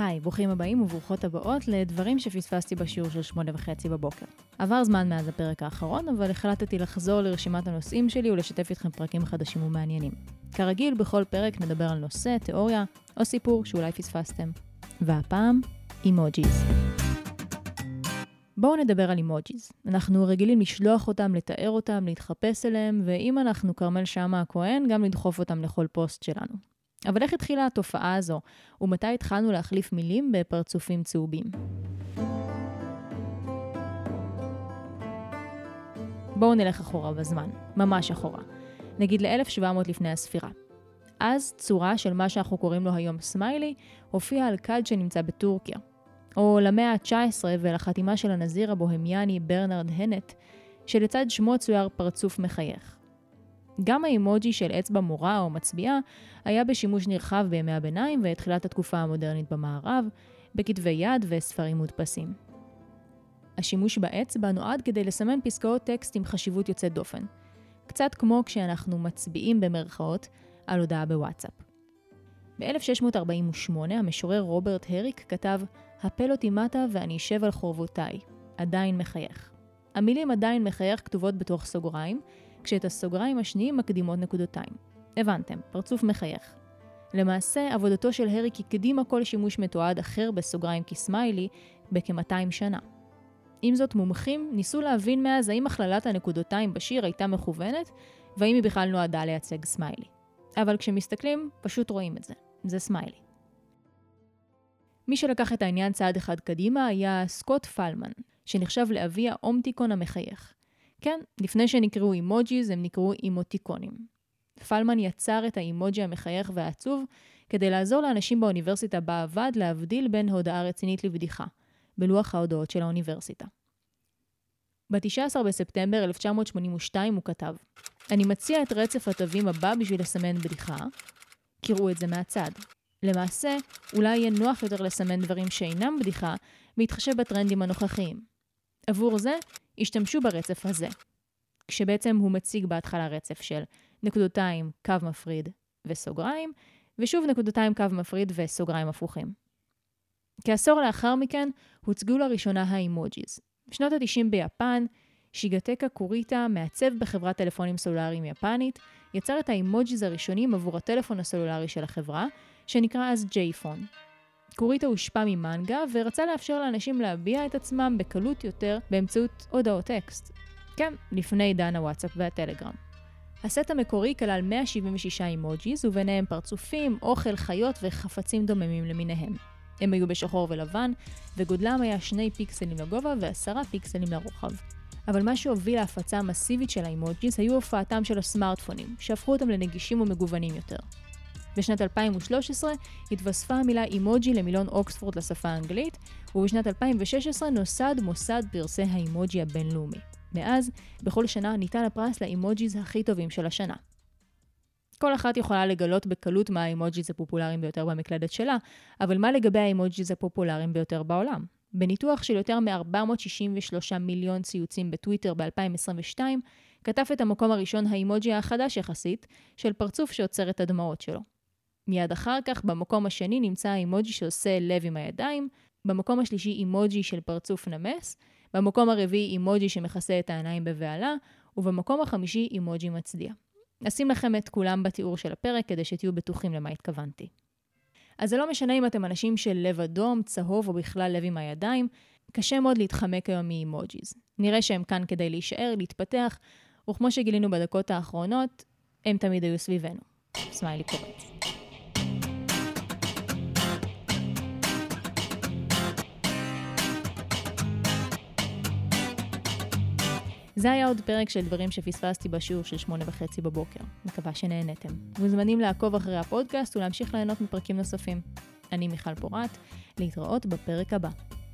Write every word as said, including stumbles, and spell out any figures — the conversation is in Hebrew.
היי, ברוכים הבאים וברוכות הבאות לדברים שפספסתי בשיעור של שמונה וחצי בבוקר. עבר זמן מאז הפרק האחרון, אבל החלטתי לחזור לרשימת הנושאים שלי ולשתף איתכם פרקים חדשים ומעניינים. כרגיל, בכל פרק נדבר על נושא, תיאוריה או סיפור שאולי פספסתם. והפעם, אימוג'יז. בואו נדבר על אימוג'יז. אנחנו רגילים לשלוח אותם, לתאר אותם, להתחפש אליהם, ואם אנחנו כרמל שמה הכהן, גם לדחוף אותם לכל פוסט שלנו. אבל איך התחילה התופעה הזו, ומתי התחלנו להחליף מילים בפרצופים צהובים? בואו נלך אחורה בזמן, ממש אחורה. נגיד ל-אלף שבע מאות לפני הספירה. אז צורה של מה שאנחנו קוראים לו היום סמיילי, הופיע על כד שנמצא בטורקיה. או למאה ה-תשע עשרה ולחתימה של הנזיר הבוהמיאני ברנרד הנט, שלצד שמו צויר פרצוף מחייך. גם האימוג'י של אצבע מורה או מצביעה היה בשימוש נרחב בימי הביניים והתחילת התקופה המודרנית במערב, בכתבי יד וספרים מודפסים. השימוש באצבע נועד כדי לסמן פסקאות טקסט עם חשיבות יוצאת דופן, קצת כמו כשאנחנו מצביעים במרכאות על הודעה בוואטסאפ. ב-אלף שש מאות ארבעים ושמונה המשורר רוברט הריק כתב, הפל אותי מטה ואני אשב על חורבותיי, עדיין מחייך. המילים עדיין מחייך כתובות בתוך סוגריים, כשאת הסוגריים השניים מקדימות נקודותיים. הבנתם, פרצוף מחייך. למעשה, עבודתו של הריק הקדימה כל שימוש מתועד אחר בסוגריים כסמיילי בכ-מאתיים שנה. עם זאת, מומחים ניסו להבין מאז האם הכללת הנקודותיים בשיר הייתה מכוונת, והאם היא בכלל נועדה לייצג סמיילי. אבל כשמסתכלים, פשוט רואים את זה. זה סמיילי. מי שלקח את העניין צעד אחד קדימה היה סקוט פלמן, שנחשב לאבי האומטיקון המחייך. כן, לפני שנקראו אימוג'יז, הם נקראו אימוטיקונים. פלמן יצר את האימוג'י המחייך והעצוב, כדי לעזור לאנשים באוניברסיטה בה עבד להבדיל בין הודעה רצינית לבדיחה, בלוח ההודעות של האוניברסיטה. ב-תשעה עשר בספטמבר אלף תשע מאות שמונים ושתיים הוא כתב, אני מציע את רצף התווים הבא בשביל לסמן בדיחה, קראו את זה מהצד. למעשה, אולי יהיה נוח יותר לסמן דברים שאינם בדיחה, בהתחשב בטרנדים הנוכחיים. עבור זה, השתמשו ברצף הזה, כשבעצם הוא מציג בהתחלה רצף של נקודותיים, קו מפריד וסוגריים, ושוב נקודותיים, קו מפריד וסוגריים הפוכים. כעשור לאחר מכן, הוצגו לראשונה האימוג'יז. בשנות ה-תשעים ביפן, שיגטקה קוריטה, מעצב בחברת טלפונים סלולריים יפנית, יצר את האימוג'יז הראשונים עבור הטלפון הסלולרי של החברה, שנקרא אז ג'ייפון. קוריטה הושפע ממנגה ורצה לאפשר לאנשים להביע את עצמם בקלות יותר באמצעות הודעות טקסט. כן, לפני עידן הוואטסאפ והטלגרם. הסט המקורי כלל מאה שבעים ושישה אימוג'יז, וביניהם פרצופים, אוכל, חיות וחפצים דוממים למיניהם. הם היו בשחור ולבן, וגודלם היה שני פיקסלים לגובה ועשרה פיקסלים לרוחב. אבל מה שהוביל להפצה המסיבית של האימוג'יז היו הופעתם של הסמארטפונים, שהפכו אותם לנגישים ומגוונים יותר. בשנת אלפיים ושלוש עשרה התווספה המילה אימוג'י למילון אוקספורד לשפה האנגלית, ובשנת אלפיים ושש עשרה נוסד מוסד פרסי האימוג'י הבינלאומי. מאז, בכל שנה ניתן הפרס לאימוג'יז הכי טובים של השנה. כל אחת יכולה לגלות בקלות מה האימוג'יז הפופולריים ביותר במקלדת שלה, אבל מה לגבי האימוג'יז הפופולריים ביותר בעולם? בניתוח של יותר מ-ארבע מאות שישים ושלושה מיליון ציוצים בטוויטר ב-אלפיים עשרים ושתיים, כתב את המקום הראשון האימוג'י החדש יחסית, של פרצוף שעוצר את הדמעות שלו. מיד אחר כך, במקום השני נמצא האימוג'י שעושה לב עם הידיים, במקום השלישי אימוג'י של פרצוף נמס, במקום הרביעי אימוג'י שמכסה את העיניים בבעלה, ובמקום החמישי אימוג'י מצדיע. אשים לכם את כולם בתיאור של הפרק כדי שתהיו בטוחים למה התכוונתי. אז זה לא משנה אם אתם אנשים של לב אדום, צהוב או בכלל לב עם הידיים, קשה מאוד להתחמק היום מאימוג'יז. נראה שהם כאן כדי להישאר, להתפתח, וכמו שגילינו בדקות האחרונות, הם תמיד היו סביבנו. סמיילי קורץ. זה היה עוד פרק של דברים שפספסתי בשיעור של שמונה וחצי בבוקר. מקווה שנהנתם. מוזמנים לעקוב אחרי הפודקאסט ולהמשיך ליהנות מפרקים נוספים. אני מיכל פורט, להתראות בפרק הבא.